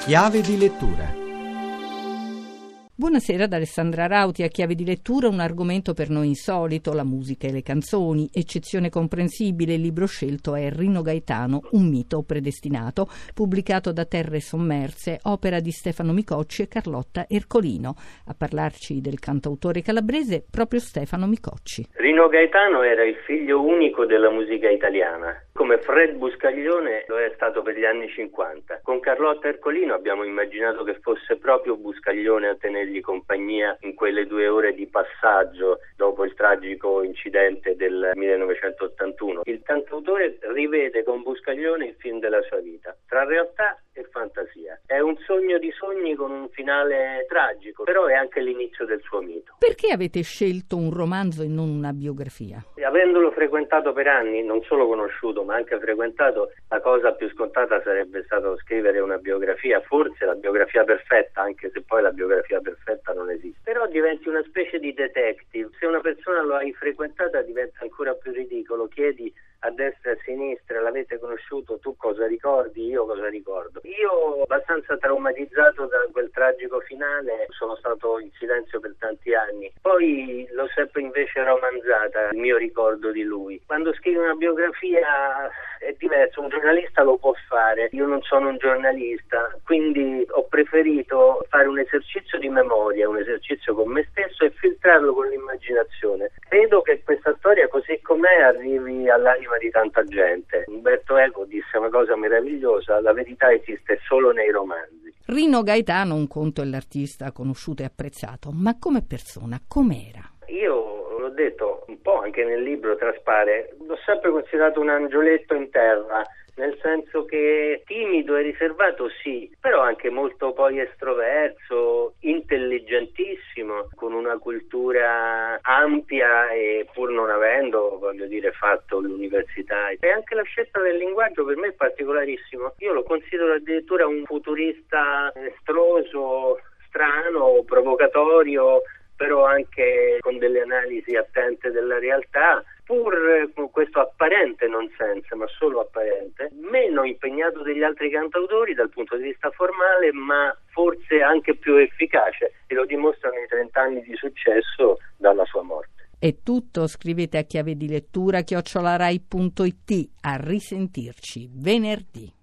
Chiave di lettura. Buonasera da Alessandra Rauti. A Chiave di lettura un argomento per noi insolito, la musica e le canzoni. Eccezione comprensibile, il libro scelto è Rino Gaetano, un mito predestinato, pubblicato da Terre Sommerse, opera di Stefano Micocci e Carlotta Ercolino. A parlarci del cantautore calabrese proprio Stefano Micocci. Rino Gaetano era il figlio unico della musica italiana, come Fred Buscaglione lo è stato per gli anni 50. Con Carlotta Ercolino abbiamo immaginato che fosse proprio Buscaglione a tenergli compagnia in quelle 2 ore di passaggio dopo il tragico incidente del 1981. Il cantautore rivede con Buscaglione il film della sua vita, tra realtà e fantasia. È un sogno di sogni con un finale tragico, però è anche l'inizio del suo mito. Perché avete scelto un romanzo e non una biografia? Avendolo frequentato per anni, non solo conosciuto ma anche frequentato, la cosa più scontata sarebbe stato scrivere una biografia, forse la biografia perfetta, anche se poi la biografia perfetta non esiste. Però diventi una specie di detective. Se una persona lo hai frequentata diventa ancora più ridicolo. Chiedi a destra e a sinistra, l'avete conosciuto, tu cosa ricordi, io cosa ricordo. Io, abbastanza traumatizzato da quel tragico finale, sono stato in silenzio per tanti anni. Poi l'ho sempre invece romanzata, il mio ricordo di lui. Quando scrivi una biografia è diverso, un giornalista lo può fare, io non sono un giornalista, quindi ho preferito fare un esercizio di memoria, un esercizio con me stesso e filtrarlo con l'immaginazione. Credo che questa storia così com'è arrivi all'anima di tanta gente. Umberto Eco disse una cosa meravigliosa: la verità esiste solo nei romanzi. Rino Gaetano, un conto, è l'artista conosciuto e apprezzato, ma come persona com'era? Io l'ho detto un po' anche nel libro, traspare, l'ho sempre considerato un angioletto in terra, nel senso che timido e riservato sì, però anche molto poi estroverso, intelligentissimo, con una cultura ampia e pur non avendo, fatto l'università. E anche la scelta del linguaggio per me è particolarissimo. Io lo considero addirittura un futurista estroso, strano, provocatorio, però anche con delle analisi attente della realtà, pur con questo apparente nonsense, ma solo apparente, meno impegnato degli altri cantautori dal punto di vista formale, ma forse anche più efficace, e lo dimostrano i 30 anni di successo dalla sua morte. È tutto, scrivete a chiave di lettura @rai.it. A risentirci venerdì.